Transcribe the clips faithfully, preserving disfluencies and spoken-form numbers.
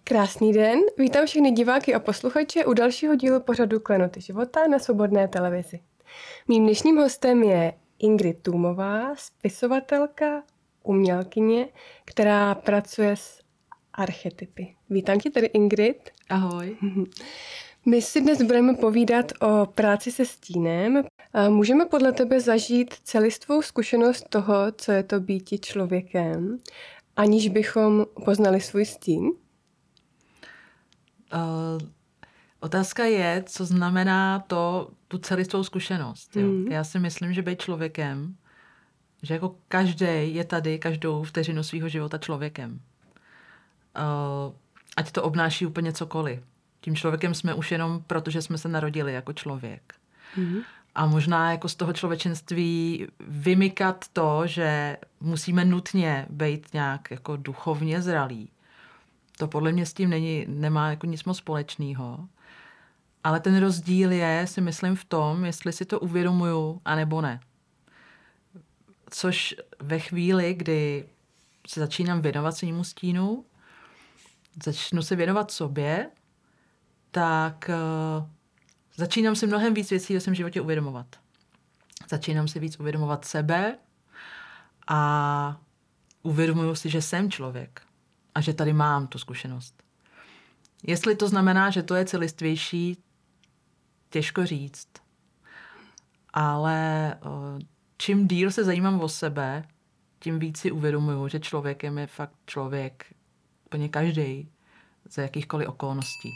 Krásný den, vítám všechny diváky a posluchače u dalšího dílu pořadu Klenoty života na Svobodné televizi. Mým dnešním hostem je Ingrid Tůmová, spisovatelka, umělkyně, která pracuje s archetypy. Vítám tě tady, Ingrid. Ahoj. My si dnes budeme povídat o práci se stínem. Můžeme podle tebe zažít celistvou zkušenost toho, co je to býti člověkem, aniž bychom poznali svůj stín? Uh, otázka je, co znamená to, tu celistvou zkušenost. Jo? Mm. Já si myslím, že být člověkem, že jako každý je tady každou vteřinu svého života člověkem. Uh, ať to obnáší úplně cokoliv. Tím člověkem jsme už jenom proto, že jsme se narodili jako člověk. Mm. A možná jako z toho člověčenství vymykat to, že musíme nutně být nějak jako duchovně zralí. To podle mě s tím není, nemá jako nic moc společného. Ale ten rozdíl je, si myslím, v tom, jestli si to uvědomuju, anebo ne. Což ve chvíli, kdy se začínám věnovat svému stínu, začnu se věnovat sobě, tak uh, začínám si mnohem víc věcí ve svém životě uvědomovat. Začínám si víc uvědomovat sebe a uvědomuju si, že jsem člověk. A že tady mám tu zkušenost. Jestli to znamená, že to je celistvější, těžko říct. Ale čím díl se zajímám o sebe, tím víc si uvědomuju, že člověkem je fakt člověk úplně každý za jakýchkoliv okolností.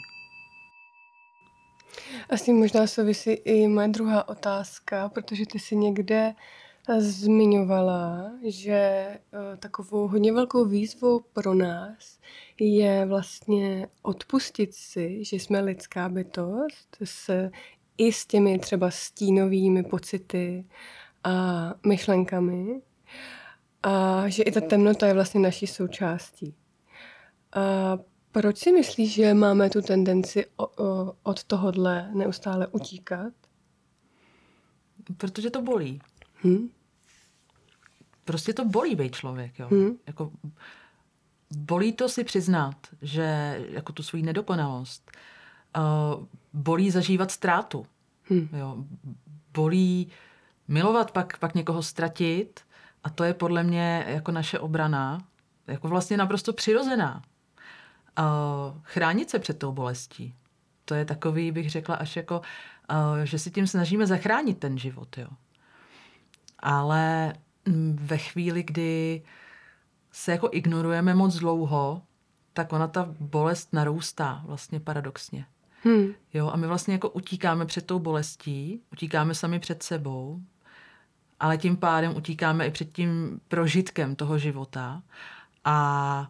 Asi možná souvisí i moje druhá otázka, protože ty jsi někde zmiňovala, že takovou hodně velkou výzvou pro nás je vlastně odpustit si, že jsme lidská bytost s, i s těmi třeba stínovými pocity a myšlenkami a že i ta temnota je vlastně naší součástí. A proč si myslíš, že máme tu tendenci o, o, od tohodle neustále utíkat? Protože to bolí. Hmm? Prostě to bolí být člověk, jo. Hmm. Jako bolí to si přiznat, že jako tu svou nedokonalost. Uh, bolí zažívat ztrátu. Hmm. Jo. Bolí milovat, pak, pak někoho ztratit a to je podle mě jako naše obrana, jako vlastně naprosto přirozená. Uh, chránit se před tou bolestí. To je takový, bych řekla, až jako, uh, že si tím snažíme zachránit ten život, jo. Ale ve chvíli, kdy se jako ignorujeme moc dlouho, tak ona ta bolest narůstá vlastně paradoxně. Hmm. Jo, a my vlastně jako utíkáme před tou bolestí, utíkáme sami před sebou, ale tím pádem utíkáme i před tím prožitkem toho života a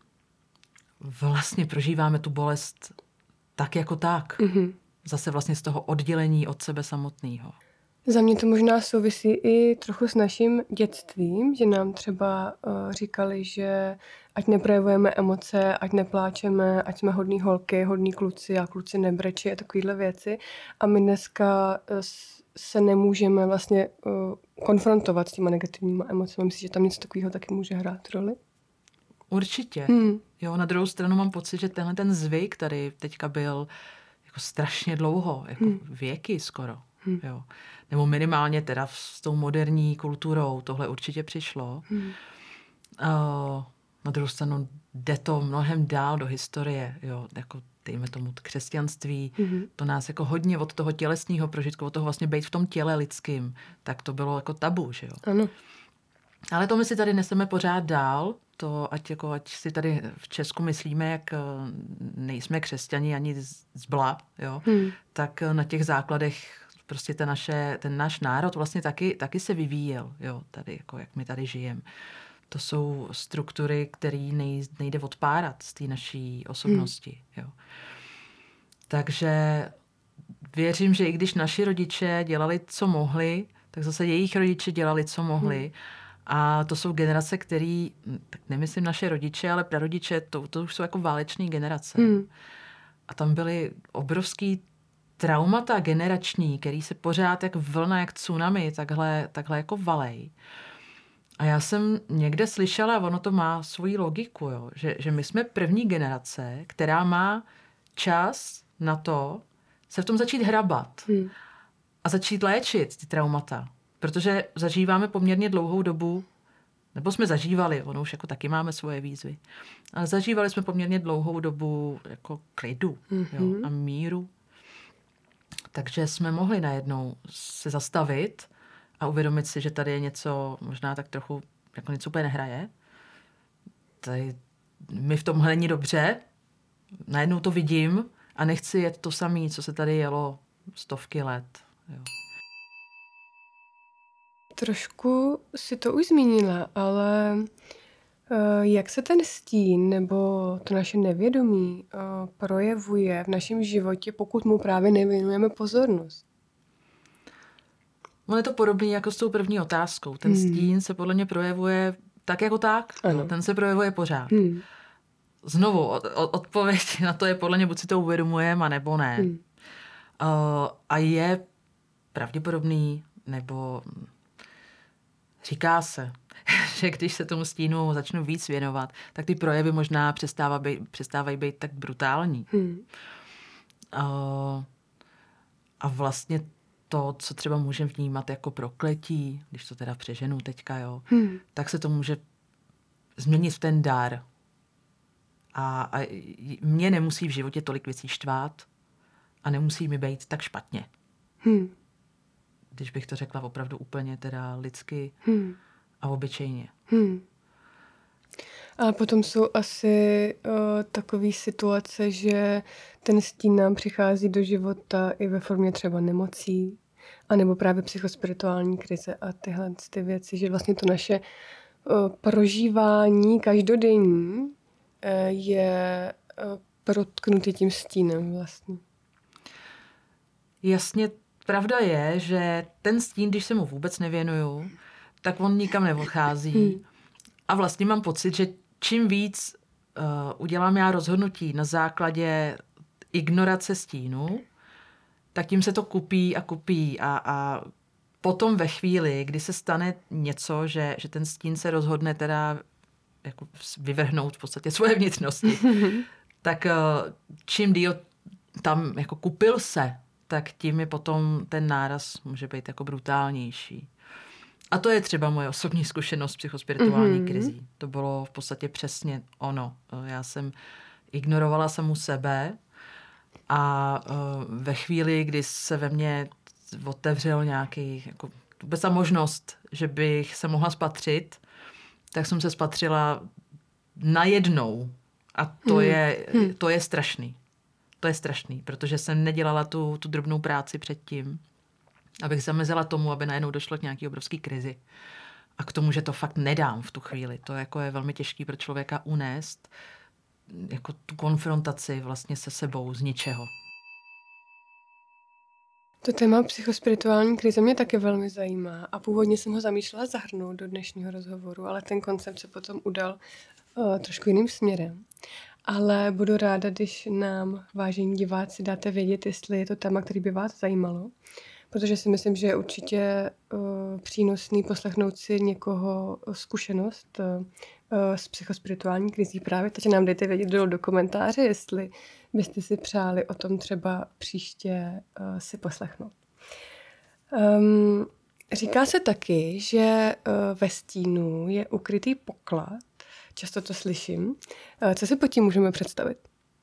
vlastně prožíváme tu bolest tak jako tak. Mm-hmm. Zase vlastně z toho oddělení od sebe samotného. Za mě to možná souvisí i trochu s naším dětstvím, že nám třeba uh, říkali, že ať neprojevujeme emoce, ať nepláčeme, ať jsme hodný holky, hodný kluci a kluci nebreči a takovýhle věci. A my dneska uh, se nemůžeme vlastně uh, konfrontovat s těma negativníma emocemi. Myslím, že tam něco takového taky může hrát roli? Určitě. Hmm. Jo, na druhou stranu mám pocit, že tenhle ten zvyk tady teďka byl jako strašně dlouho, jako hmm. věky skoro. Hmm. Jo. Nebo minimálně teda s tou moderní kulturou tohle určitě přišlo. Hmm. Uh, na druhou stranu jde to mnohem dál do historie. Jo. Jako dejme tomu křesťanství, hmm. to nás jako hodně od toho tělesního prožitku, od toho vlastně být v tom těle lidským, tak to bylo jako tabu, že jo. Ano. Ale to my si tady neseme pořád dál, to ať, jako, ať si tady v Česku myslíme, jak nejsme křesťani ani zbla, jo, hmm. tak na těch základech prostě ten, naše, ten náš národ vlastně taky, taky se vyvíjel, jo, tady, jako jak my tady žijeme. To jsou struktury, které nej, nejde odpárat z té naší osobnosti. Hmm. Jo. Takže věřím, že i když naši rodiče dělali, co mohli, tak zase jejich rodiče dělali, co mohli. Hmm. A to jsou generace, které, tak nemyslím naše rodiče, ale prarodiče, to, to už jsou jako váleční generace. Hmm. A tam byly obrovský traumata generační, který se pořád jak vlna, jak tsunami, takhle, takhle jako valej. A já jsem někde slyšela, ono to má svoji logiku, jo, že, že my jsme první generace, která má čas na to se v tom začít hrabat hmm. a začít léčit ty traumata. Protože zažíváme poměrně dlouhou dobu, nebo jsme zažívali, ono už jako taky máme svoje výzvy, ale zažívali jsme poměrně dlouhou dobu jako klidu mm-hmm. jo, a míru. Takže jsme mohli najednou se zastavit a uvědomit si, že tady je něco, možná tak trochu, jako něco úplně nehraje. Tady mi v tomhle není dobře, najednou to vidím a nechci jet to samé, co se tady jelo stovky let. Jo. Trošku si to už zmínila, ale uh, jak se ten stín nebo to naše nevědomí uh, projevuje v našem životě, pokud mu právě nevěnujeme pozornost? No je to podobné jako s tou první otázkou. Ten hmm. stín se podle mě projevuje tak jako tak. Ano. Ten se projevuje pořád. Hmm. Znovu, od, od, odpověď na to je podle mě, buď si to uvědomujeme, a nebo ne. Hmm. Uh, a je pravděpodobný, nebo říká se, že když se tomu stínu začnu víc věnovat, tak ty projevy možná přestávají být, přestávají být tak brutální. Hmm. Uh, a vlastně to, co třeba můžeme vnímat jako prokletí, když to teda přeženu teďka, jo, hmm. tak se to může změnit v ten dar. A, a mě nemusí v životě tolik věcí štvát a nemusí mi být tak špatně. Hmm. Když bych to řekla opravdu úplně teda lidsky hmm. a obyčejně. Hmm. A potom jsou asi uh, takové situace, že ten stín nám přichází do života i ve formě třeba nemocí, anebo právě psychospirituální krize a tyhle ty věci, že vlastně to naše uh, prožívání každodenní uh, je uh, protknutý tím stínem vlastně. Jasně, pravda je, že ten stín, když se mu vůbec nevěnuju, tak on nikam neodchází. Hmm. A vlastně mám pocit, že čím víc uh, udělám já rozhodnutí na základě ignorace stínu, tak tím se to kupí a kupí. A, a potom ve chvíli, kdy se stane něco, že, že ten stín se rozhodne teda jako vyvrhnout v podstatě svoje vnitřnosti, tak uh, čím díl tam jako kupil se, tak tím je potom ten náraz může být jako brutálnější. A to je třeba moje osobní zkušenost s psychospirituální mm-hmm. krizí. To bylo v podstatě přesně ono. Já jsem ignorovala samu sebe a uh, ve chvíli, kdy se ve mně otevřel nějaký, jako vůbec ta možnost, že bych se mohla spatřit, tak jsem se spatřila najednou. A to, mm. je, to je strašný. To je strašný, protože jsem nedělala tu, tu drobnou práci předtím, abych zamezila tomu, aby najednou došlo k nějaký obrovský krizi. A k tomu, že to fakt nedám v tu chvíli. To jako je velmi těžký pro člověka unést jako tu konfrontaci vlastně se sebou z ničeho. To téma psychospirituální krize mě také velmi zajímá a původně jsem ho zamýšlela zahrnout do dnešního rozhovoru, ale ten koncept se potom udal uh, trošku jiným směrem. Ale budu ráda, když nám, vážení diváci, dáte vědět, jestli je to téma, který by vás zajímalo, protože si myslím, že je určitě uh, přínosný poslechnout si někoho zkušenost uh, s psychospirituální krizí právě, takže nám dejte vědět do, do komentáře, jestli byste si přáli o tom třeba příště uh, si poslechnout. Um, říká se taky, že uh, ve stínu je ukrytý poklad. Často to slyším. Uh, co si pod tím můžeme představit?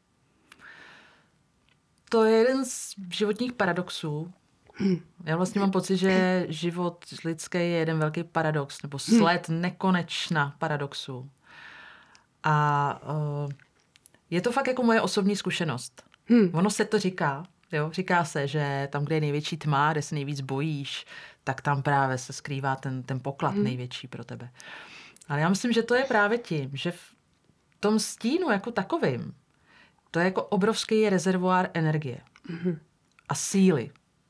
To je jeden z životních paradoxů. Hmm. Já vlastně mám pocit, že život lidský je jeden velký paradox, nebo sled hmm. nekonečna paradoxů. A uh, je to fakt jako moje osobní zkušenost. Hmm. Ono se to říká, jo? Říká se, že tam, kde je největší tma, kde se nejvíc bojíš, tak tam právě se skrývá ten, ten poklad hmm. největší pro tebe. Ale já myslím, že to je právě tím, že v tom stínu jako takovým, to je jako obrovský rezervoár energie hmm. a síly.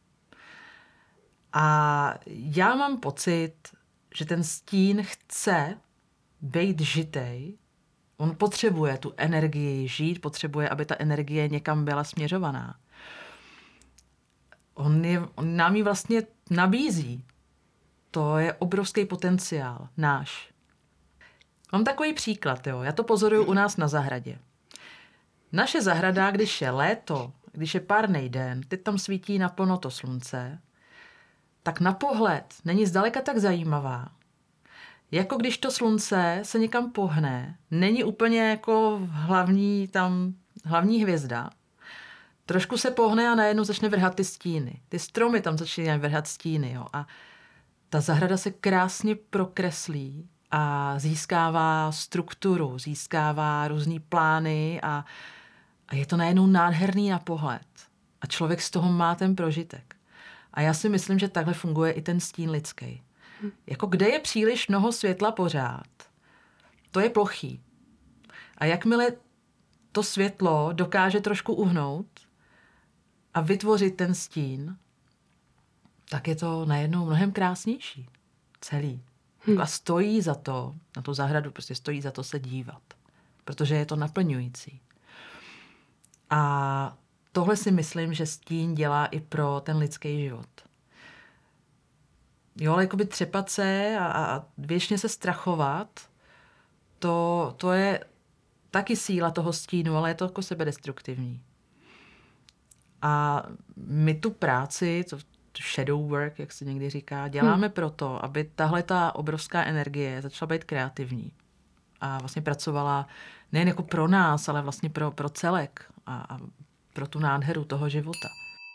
A já mám pocit, že ten stín chce být žitej. On potřebuje tu energii žít, potřebuje, aby ta energie někam byla směřovaná. On, je, on nám ji vlastně nabízí. to je obrovský potenciál, náš. Mám takový příklad, jo. Já to pozoruju u nás na zahradě. Naše zahrada, když je léto, když je párnej den, teď tam svítí naplno to slunce, tak na pohled není zdaleka tak zajímavá, jako když to slunce se někam pohne, není úplně jako hlavní tam, hlavní hvězda, trošku se pohne a najednou začne vrhat ty stíny. Ty stromy tam začínají vrhat stíny, jo. A ta zahrada se krásně prokreslí a získává strukturu, získává různý plány a, a je to najednou nádherný na pohled. A člověk z toho má ten prožitek. A já si myslím, že takhle funguje i ten stín lidský. Hm. Jako kde je příliš mnoho světla pořád, to je plochý. A jakmile to světlo dokáže trošku uhnout a vytvořit ten stín, tak je to najednou mnohem krásnější. Celý. Hm. A stojí za to, na tu zahradu prostě stojí za to se dívat. Protože je to naplňující. A tohle si myslím, že stín dělá i pro ten lidský život. Jo, ale jakoby třepat se a, a věčně se strachovat, to, to je taky síla toho stínu, ale je to jako sebedestruktivní. A my tu práci, to shadow work, jak se někdy říká, děláme hmm. proto, aby tahle ta obrovská energie začala být kreativní. A vlastně pracovala nejen jako pro nás, ale vlastně pro, pro celek a, a pro tu nádheru toho života.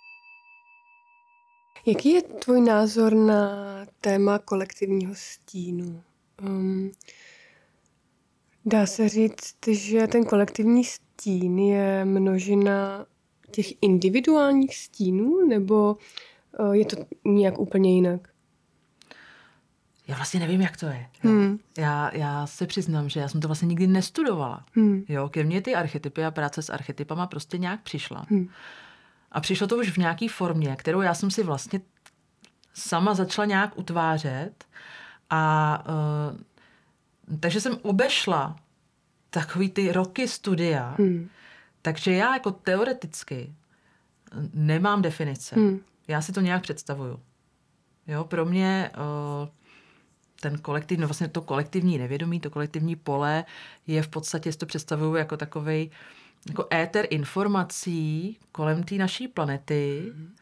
Jaký je tvůj názor na téma kolektivního stínu? Um, dá se říct, že ten kolektivní stín je množina těch individuálních stínů, nebo uh, je to nějak úplně jinak? Já vlastně nevím, jak to je. Hmm. Já, já se přiznám, že já jsem to vlastně nikdy nestudovala. Hmm. Jo, ke mně ty archetypy a práce s archetypama prostě nějak přišla. Hmm. A přišlo to už v nějaké formě, kterou já jsem si vlastně sama začala nějak utvářet. A uh, takže jsem obešla takový ty roky studia. Hmm. Takže já jako teoreticky nemám definice. Hmm. Já si to nějak představuju. Jo, pro mě uh, ten kolektivní, no vlastně to kolektivní nevědomí, to kolektivní pole je v podstatě, si to představuju jako takovej jako éter informací kolem té naší planety, mm.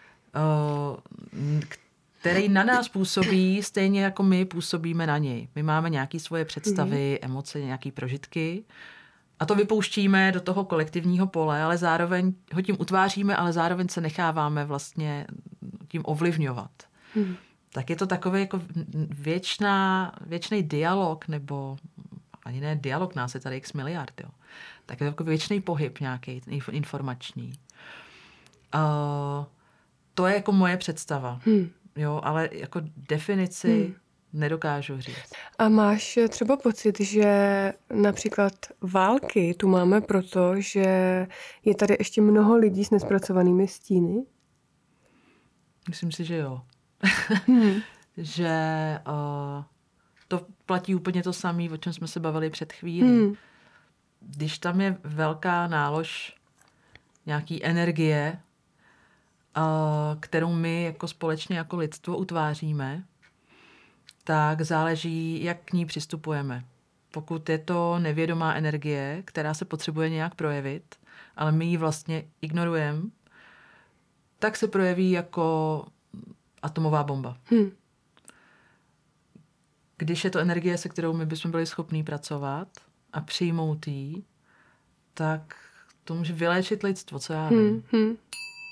uh, který na nás působí stejně jako my působíme na něj. My máme nějaké svoje představy, mm. emoce, nějaké prožitky a to vypouštíme do toho kolektivního pole, ale zároveň ho tím utváříme, ale zároveň se necháváme vlastně tím ovlivňovat. Mm. Tak je to takový jako věčná, věčný dialog, nebo ani ne dialog, nás je tady x miliard, jo. Tak je to takový věčný pohyb nějaký informační. Uh, to je jako moje představa, hmm. jo, ale jako definici hmm. nedokážu říct. A máš třeba pocit, že například války tu máme proto, že je tady ještě mnoho lidí s nespracovanými stíny? Myslím si, že jo. Hmm. že uh, to platí úplně to samé, o čem jsme se bavili před chvílí. Hmm. Když tam je velká nálož nějaký energie, uh, kterou my jako společně jako lidstvo utváříme, tak záleží, jak k ní přistupujeme. Pokud je to nevědomá energie, která se potřebuje nějak projevit, ale my ji vlastně ignorujeme, tak se projeví jako atomová bomba. Hmm. Když je to energie, se kterou my bychom byli schopní pracovat a přijmout jí, tak to může vyléčit lidstvo, co já vím. Hmm. Hmm.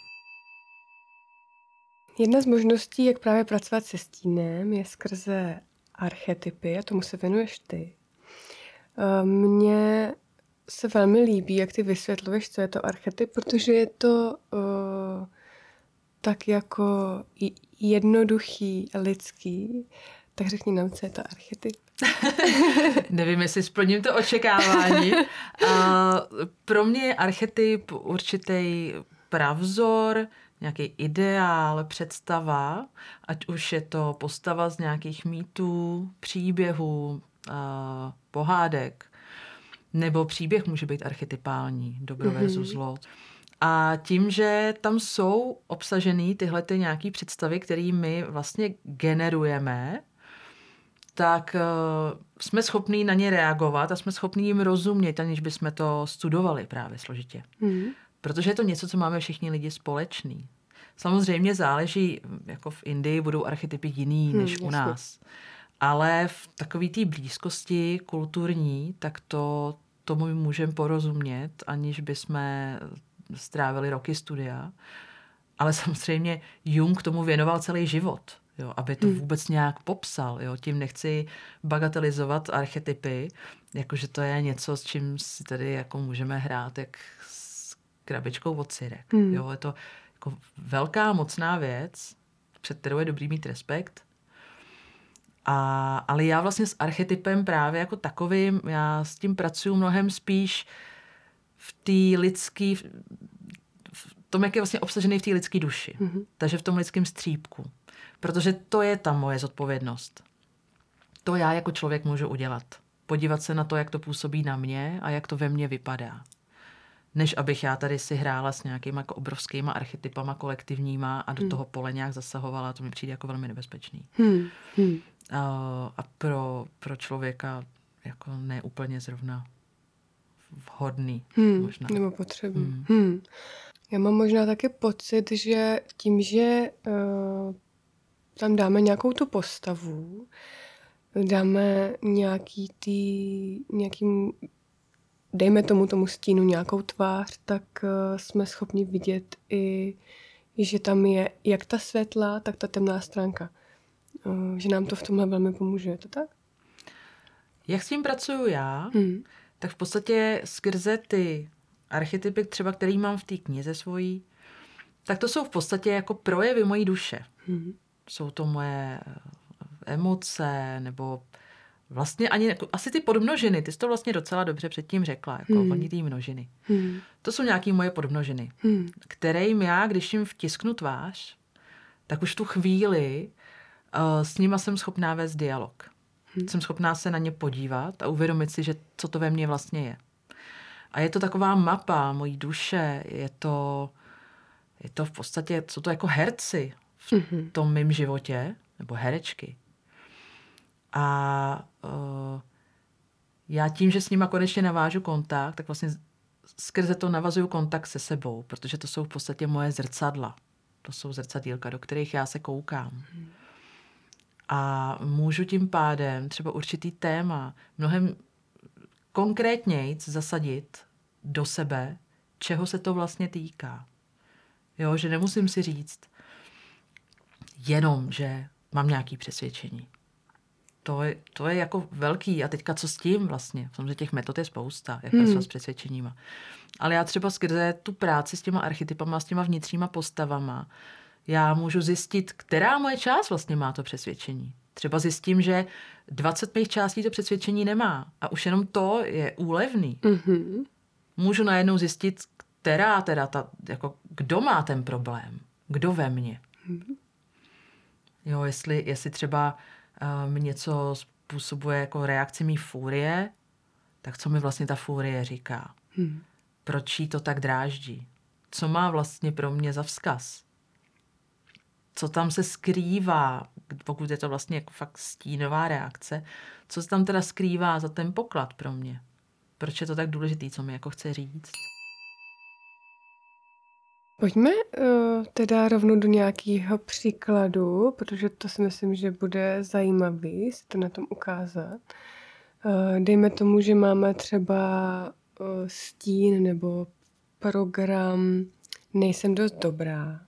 Jedna z možností, jak právě pracovat se stínem, je skrze archetypy, a tomu se věnuješ ty. Mně se velmi líbí, jak ty vysvětluješ, co je to archetyp, protože je to uh, tak jako jednoduchý, lidský. Tak řekni nám, co je to archetyp. Nevím, jestli splním to očekávání. Uh, pro mě je archetyp určitý pravzor, nějaký ideál, představa, ať už je to postava z nějakých mýtů, příběhů, uh, pohádek, nebo příběh může být archetypální, dobro versus zlo. A tím, že tam jsou obsažený tyhle ty nějaký představy, které my vlastně generujeme, tak uh, jsme schopní na ně reagovat a jsme schopní jim rozumět, aniž bychom to studovali právě složitě. Mm. Protože je to něco, co máme všichni lidi společný. Samozřejmě záleží, jako v Indii budou archetypy jiný než hmm, u jasný. nás. Ale v takové té blízkosti kulturní, tak to tomu můžeme porozumět, aniž bychom strávili roky studia. Ale samozřejmě Jung tomu věnoval celý život, jo, aby to vůbec nějak popsal. Jo. Tím nechci bagatelizovat archetypy, jakože to je něco, s čím si tady jako můžeme hrát jak s krabičkou od syrek. Hmm. Jo, je to jako velká, mocná věc, před kterou je dobrý mít respekt. A, ale já vlastně s archetypem právě jako takovým, já s tím pracuji mnohem spíš v té lidský, v, v tom, jak je vlastně obsažený v té lidské duši. Mm-hmm. Takže v tom lidském střípku. Protože to je ta moje zodpovědnost. To já jako člověk můžu udělat. Podívat se na to, jak to působí na mě a jak to ve mně vypadá. Než abych já tady si hrála s nějakýma jako obrovskýma archetypama kolektivníma a do hmm. toho pole nějak zasahovala, to mi přijde jako velmi nebezpečný. Hmm. Hmm. A, a pro, pro člověka jako ne úplně zrovna vhodný. Hmm. Možná. Nebo potřebný. Hmm. Hmm. Já mám možná taky pocit, že tím, že uh, tam dáme nějakou tu postavu, dáme nějaký tý, nějakým dejme tomu tomu stínu nějakou tvář, tak uh, jsme schopni vidět i, že tam je jak ta světlá, tak ta temná stránka. Uh, že nám to v tomhle velmi pomůže, je to tak? Jak s tím pracuju já, hmm. tak v podstatě skrze ty archetypy, třeba který mám v té knize svojí, tak to jsou v podstatě jako projevy mojí duše. Hmm. Jsou to moje emoce, nebo vlastně ani, jako, asi ty podmnožiny, ty jsi to vlastně docela dobře předtím řekla, jako hmm. oni ty množiny. Hmm. To jsou nějaké moje podmnožiny, hmm. kterým já, když jim vtisknu tvář, tak už tu chvíli uh, s nima jsem schopná vést dialog. Hmm. Jsem schopná se na ně podívat a uvědomit si, že co to ve mně vlastně je. A je to taková mapa mojí duše, je to, je to v podstatě, jsou to jako herci v hmm. tom mém životě, nebo herečky. A uh, já tím, že s nima konečně navážu kontakt, tak vlastně skrze to navazuju kontakt se sebou, protože to jsou v podstatě moje zrcadla. To jsou zrcadílka, do kterých já se koukám. Hmm. A můžu tím pádem třeba určitý téma mnohem konkrétněji zasadit do sebe, čeho se to vlastně týká. Jo, že nemusím si říct jenom, že mám nějaké přesvědčení. To je, to je jako velký. A teďka co s tím vlastně? Samozřejmě těch metod je spousta, jak pracovat hmm. s přesvědčeníma. Ale já třeba skrze tu práci s těma archetypama, s těma vnitřníma postavama, já můžu zjistit, která moje část vlastně má to přesvědčení. Třeba zjistím, že dvacet mých částí to přesvědčení nemá. A už jenom to je úlevný. Mm-hmm. Můžu najednou zjistit, která teda ta, jako kdo má ten problém. Kdo ve mně. Mm-hmm. Jo, jestli, jestli třeba uh, mi něco způsobuje jako reakci mý fúrie, tak co mi vlastně ta fúrie říká? Mm. Proč jí to tak dráždí? Co má vlastně pro mě za vzkaz? Co tam se skrývá, pokud je to vlastně jako fakt stínová reakce, co se tam teda skrývá za ten poklad pro mě? Proč je to tak důležitý, co mi jako chce říct? Pojďme uh, teda rovnou do nějakého příkladu, protože to si myslím, že bude zajímavý si to na tom ukázat. Uh, dejme tomu, že máme třeba uh, stín nebo program nejsem dost dobrá.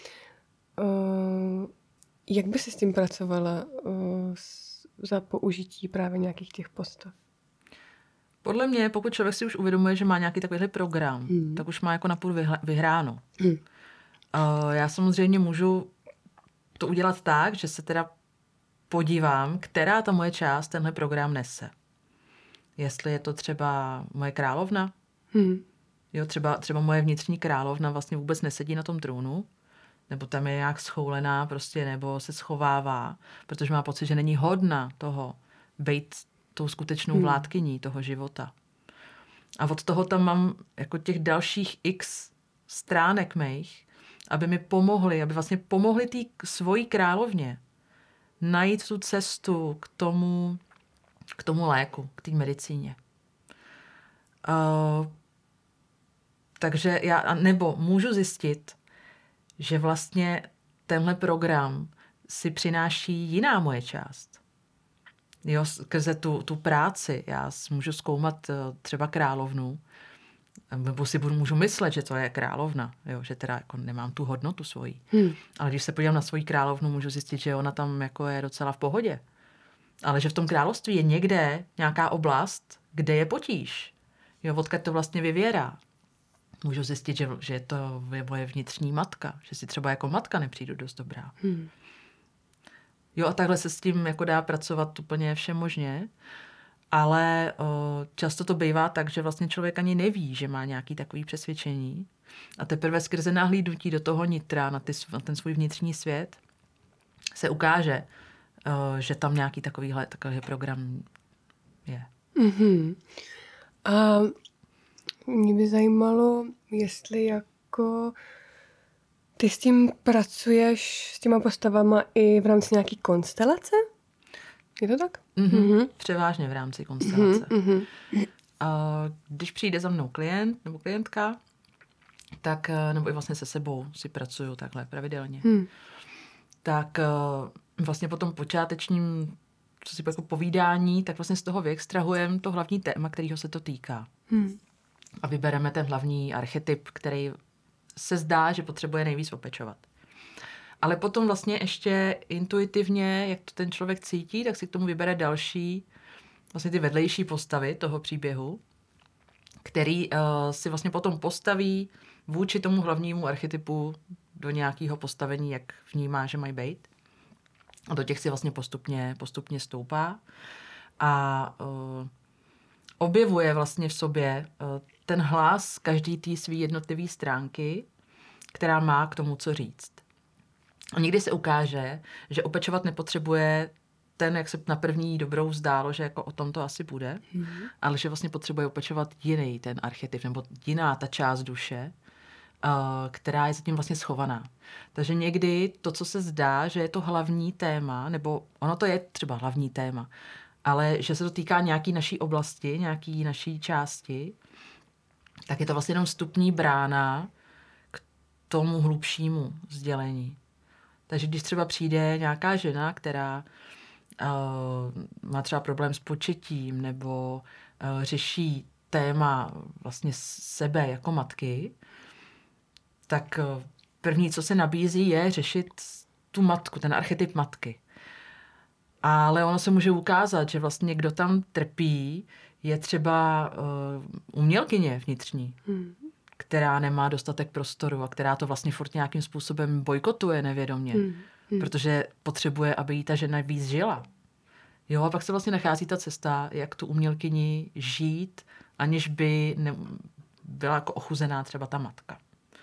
Uh, jak by si s tím pracovala uh, s, za použití právě nějakých těch postav? Podle mě, pokud člověk si už uvědomuje, že má nějaký takovýhle program, hmm. tak už má jako napůl vyhráno. Hmm. Uh, já samozřejmě můžu to udělat tak, že se teda podívám, která ta moje část tenhle program nese. Jestli je to třeba moje královna, hmm. jo, třeba, třeba moje vnitřní královna vlastně vůbec nesedí na tom trůnu, nebo tam je nějak schoulená prostě, nebo se schovává, protože má pocit, že není hodna toho být tou skutečnou hmm. vládkyní toho života. A od toho tam mám jako těch dalších x stránek mých, aby mi pomohli, aby vlastně pomohli té svojí královně najít tu cestu k tomu, k tomu léku, k té medicíně. Uh, takže já, nebo můžu zjistit, že vlastně tenhle program si přináší jiná moje část. Jo, skrze tu, tu práci já můžu zkoumat třeba královnu, nebo si budu, můžu myslet, že to je královna, jo, že teda jako nemám tu hodnotu svoji. Hmm. Ale když se podívám na svoji královnu, můžu zjistit, že ona tam jako je docela v pohodě. Ale že v tom království je někde nějaká oblast, kde je potíž. Jo, odkud to vlastně vyvěrá. Můžu zjistit, že, že to je moje vnitřní matka, že si třeba jako matka nepřijdu dost dobrá. Hmm. Jo, a takhle se s tím jako dá pracovat úplně všemožně, ale o, často to bývá tak, že vlastně člověk ani neví, že má nějaký takový přesvědčení a teprve skrze nahlídnutí do toho nitra, na, ty, na ten svůj vnitřní svět, se ukáže, o, že tam nějaký takovýhle, takovýhle program je. Mm-hmm. A mě by zajímalo, jestli jako ty s tím pracuješ, s těma postavama i v rámci nějaký konstelace? Je to tak? Mm-hmm. Mm-hmm. Převážně v rámci konstelace. Mm-hmm. A když přijde za mnou klient nebo klientka, tak, nebo i vlastně se sebou si pracuju takhle pravidelně, mm. tak vlastně po tom počátečním co si jako povídání, tak vlastně z toho vyextrahujeme to hlavní téma, kterého se to týká. Mm. A vybereme ten hlavní archetyp, který se zdá, že potřebuje nejvíc opečovat. Ale potom vlastně ještě intuitivně, jak to ten člověk cítí, tak si k tomu vybere další, vlastně ty vedlejší postavy toho příběhu, který uh, si vlastně potom postaví vůči tomu hlavnímu archetypu do nějakého postavení, jak vnímá, že mají být. A do těch si vlastně postupně, postupně stoupá. A uh, objevuje vlastně v sobě uh, ten hlas každý té svý jednotlivý stránky, která má k tomu, co říct. A někdy se ukáže, že opečovat nepotřebuje ten, jak se na první dobrou zdálo, že jako o tom to asi bude, mm-hmm. ale že vlastně potřebuje opečovat jiný ten archetyp, nebo jiná ta část duše, uh, která je zatím vlastně schovaná. Takže někdy to, co se zdá, že je to hlavní téma, nebo ono to je třeba hlavní téma, ale že se to týká nějaký naší oblasti, nějaký naší části, tak je to vlastně jenom vstupní brána k tomu hlubšímu sdělení. Takže když třeba přijde nějaká žena, která uh, má třeba problém s početím nebo uh, řeší téma vlastně sebe jako matky, tak uh, první, co se nabízí, je řešit tu matku, ten archetyp matky. Ale ono se může ukázat, že vlastně kdo tam trpí, je třeba uh, umělkyně vnitřní, hmm. která nemá dostatek prostoru a která to vlastně furt nějakým způsobem bojkotuje nevědomě, hmm. Hmm. protože potřebuje, aby jí ta žena víc žila. Jo, a pak se vlastně nachází ta cesta, jak tu umělkyni žít, aniž by ne, byla jako ochuzená třeba ta matka.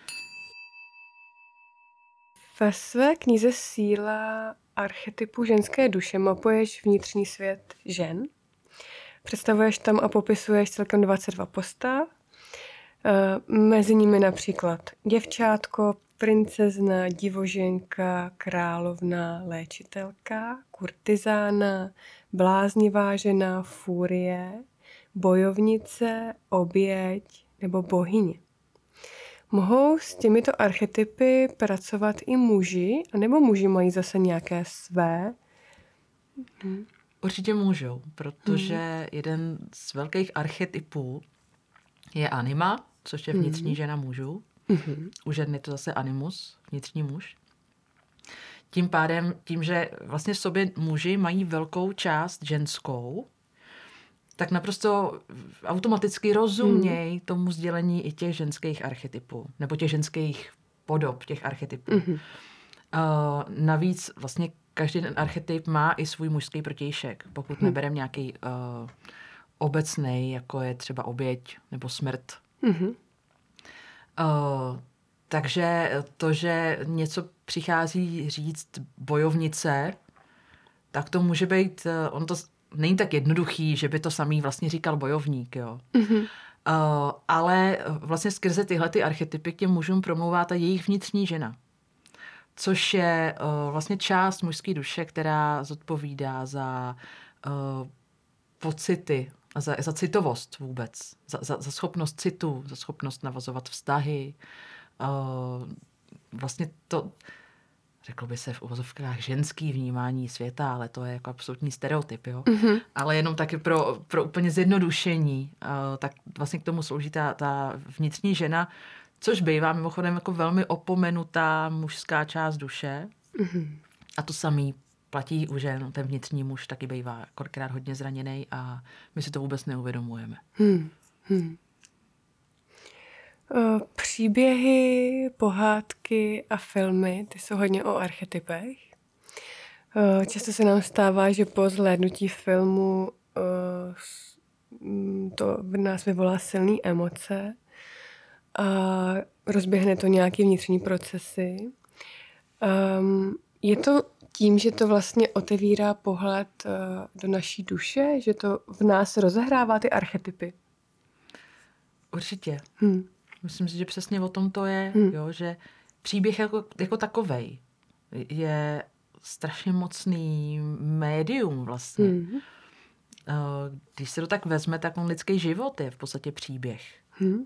Ve své knize Síla archetypu ženské duše mapuješ vnitřní svět žen. Představuješ tam a popisuješ celkem dvacet dva postav. E, mezi nimi například děvčátko, princezna, divoženka, královna, léčitelka, kurtizána, bláznivá žena, fúrie, bojovnice, oběť nebo bohyně. Mohou s těmito archetypy pracovat i muži, anebo muži mají zase nějaké své? Hm. Určitě můžou, protože hmm. jeden z velkých archetypů je anima, což je vnitřní hmm. žena mužů. Hmm. U žen je to zase animus, vnitřní muž. Tím pádem, tím, že vlastně v sobě muži mají velkou část ženskou, tak naprosto automaticky rozumějí hmm. tomu sdělení i těch ženských archetypů, nebo těch ženských podob těch archetypů. Hmm. Uh, navíc vlastně každý ten archetyp má i svůj mužský protějšek, pokud hmm. nebereme nějaký uh, obecnej, jako je třeba oběť nebo smrt. Hmm. Uh, takže to, že něco přichází říct bojovnice, tak to může být, uh, on to není tak jednoduchý, že by to samý vlastně říkal bojovník, jo. Mm-hmm. Uh, ale vlastně skrze tyhle ty archetypy k těm mužům promlouvá ta jejich vnitřní žena. Což je uh, vlastně část mužské duše, která zodpovídá za uh, pocity a za, za citovost vůbec. Za, za, za schopnost citu, za schopnost navazovat vztahy. Uh, vlastně to, řeklo by se v uvozovkách, ženský vnímání světa, ale to je jako absolutní stereotyp, jo. Mm-hmm. Ale jenom taky pro, pro úplně zjednodušení, uh, tak vlastně k tomu slouží ta, ta vnitřní žena, což bývá mimochodem jako velmi opomenutá mužská část duše. Mm-hmm. A to samý platí u žen. Ten vnitřní muž taky bývá kolikrát hodně zraněný a my si to vůbec neuvědomujeme. Hmm. Hmm. Příběhy, pohádky a filmy, ty jsou hodně o archetypech. Často se nám stává, že po zhlédnutí filmu to v nás vyvolá silné emoce a rozběhne to nějaké vnitřní procesy. Je to tím, že to vlastně otevírá pohled do naší duše, že to v nás rozehrává ty archetypy? Určitě. Hmm. Myslím si, že přesně o tom to je, hmm. jo, že příběh jako, jako takovej je strašně mocný médium vlastně. Hmm. Když se to tak vezme, tak on lidský život je v podstatě příběh. Hmm.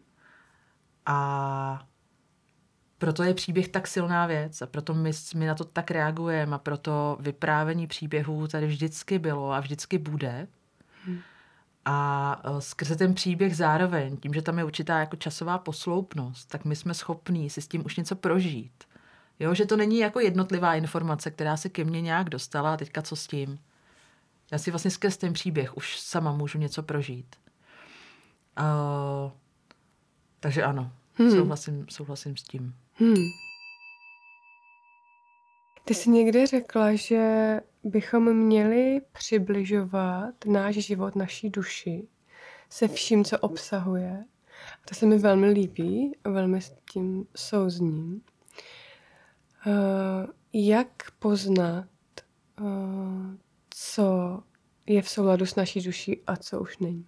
A proto je příběh tak silná věc a proto my, my na to tak reagujeme a proto vyprávění příběhů tady vždycky bylo a vždycky bude. Hmm. A skrze ten příběh zároveň, tím, že tam je určitá jako časová posloupnost, tak my jsme schopní si s tím už něco prožít. Jo, že to není jako jednotlivá informace, která se ke mně nějak dostala a teďka co s tím. Já si vlastně skrz ten příběh už sama můžu něco prožít. Uh, takže ano, hmm. souhlasím, souhlasím s tím. Hmm. Ty jsi někdy řekla, že bychom měli přibližovat náš život, naší duši se vším, co obsahuje. To se mi velmi líbí, velmi s tím souzním. Uh, jak poznat, uh, co je v souladu s naší duší a co už není?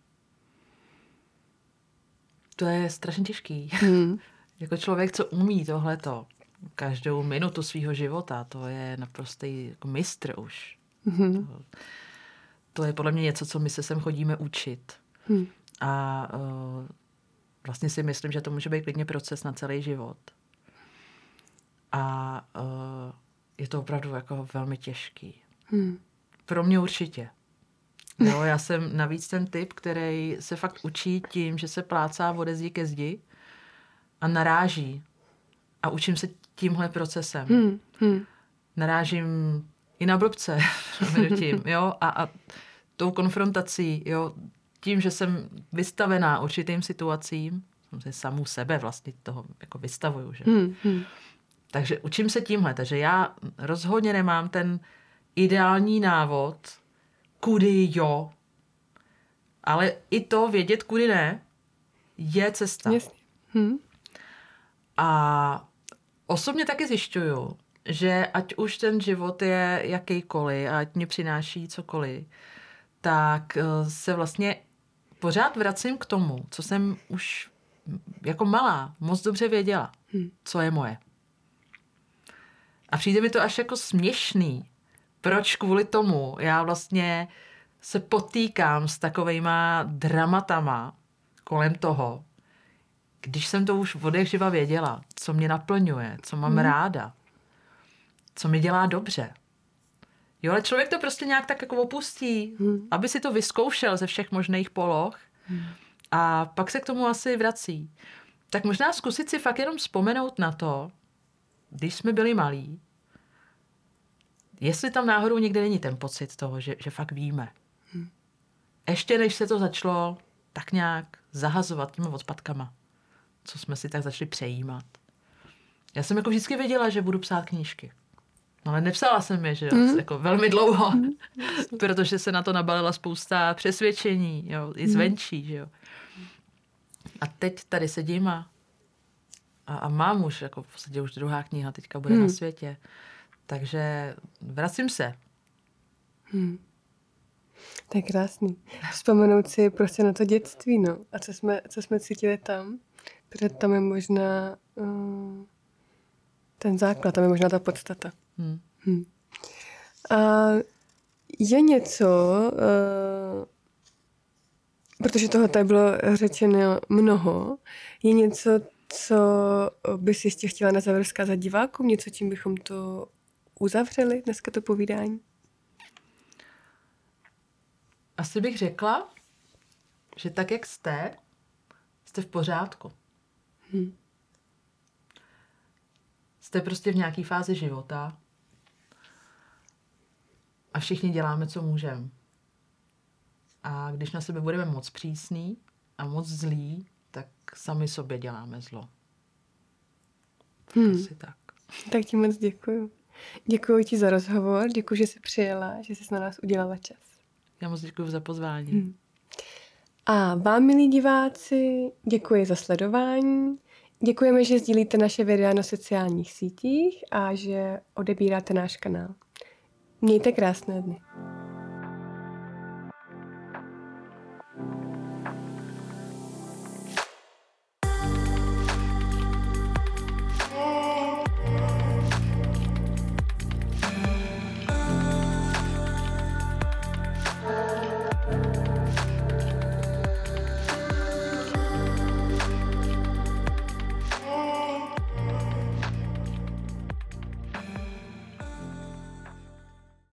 To je strašně těžký. Hmm. Jako člověk, co umí tohleto, každou minutu svýho života, to je naprostý jako mistr už. Mm-hmm. To, to je podle mě něco, co my se sem chodíme učit. Mm. A uh, vlastně si myslím, že to může být klidně proces na celý život. A uh, je to opravdu jako velmi těžký. Mm. Pro mě určitě. Jo, já jsem navíc ten typ, který se fakt učí tím, že se plácá ode zdi ke zdi a naráží. A učím se tímhle procesem. Hmm, hmm. Narážím i na blbce tím, jo, a, a tou konfrontací, jo, tím, že jsem vystavená určitým situacím, jsem samu sebe vlastně toho jako vystavuju, že. Hmm, hmm. Takže učím se tímhle, takže já rozhodně nemám ten ideální návod, kudy jo, ale i to vědět, kudy ne, je cesta. Jasně. Hmm. A osobně taky zjišťuju, že ať už ten život je jakýkoliv a ať mě přináší cokoliv, tak se vlastně pořád vracím k tomu, co jsem už jako malá moc dobře věděla, hmm. co je moje. A přijde mi to až jako směšný. Proč kvůli tomu já vlastně se potýkám s takovejma dramatama kolem toho, když jsem to už od jak živa věděla, co mě naplňuje, co mám hmm. ráda, co mi dělá dobře. Jo, ale člověk to prostě nějak tak jako opustí, hmm. aby si to vyzkoušel ze všech možných poloh hmm. a pak se k tomu asi vrací. Tak možná zkusit si fakt jenom vzpomenout na to, když jsme byli malí, jestli tam náhodou někde není ten pocit toho, že, že fakt víme. Hmm. Ještě než se to začalo tak nějak zahazovat těma odpadkama, co jsme si tak začali přejímat. Já jsem jako vždycky věděla, že budu psát knížky. No ale nepsala jsem je, že jo, mm. jako velmi dlouho, mm. protože se na to nabalila spousta přesvědčení, jo, i zvenčí, že jo. A teď tady sedím a, a, a mám už, jako v podstatě už druhá kniha teďka bude mm. na světě. Takže vracím se. Hmm. To je krásný. Vzpomenout si prostě na to dětství, no. A co jsme, co jsme cítili tam, protože tam je možná uh, ten základ, tam je možná ta podstata. Hmm. Hmm. A je něco, uh, protože toho tady bylo řečeno mnoho, je něco, co bys ještě chtěla na závěr vzkázat divákům, něco, čím bychom to uzavřeli dneska to povídání? Asi bych řekla, že tak, jak jste, jste v pořádku. Hmm. Jste prostě v nějaké fázi života a všichni děláme, co můžeme. A když na sebe budeme moc přísný a moc zlí, tak sami sobě děláme zlo. Hmm. Asi tak. Tak ti moc děkuju. Děkuji ti za rozhovor, děkuji, že jsi přijela, že jsi na nás udělala čas. Já moc děkuji za pozvání. Hmm. A vám, milí diváci, děkuji za sledování. Děkujeme, že sdílíte naše videa na sociálních sítích a že odebíráte náš kanál. Mějte krásné dny.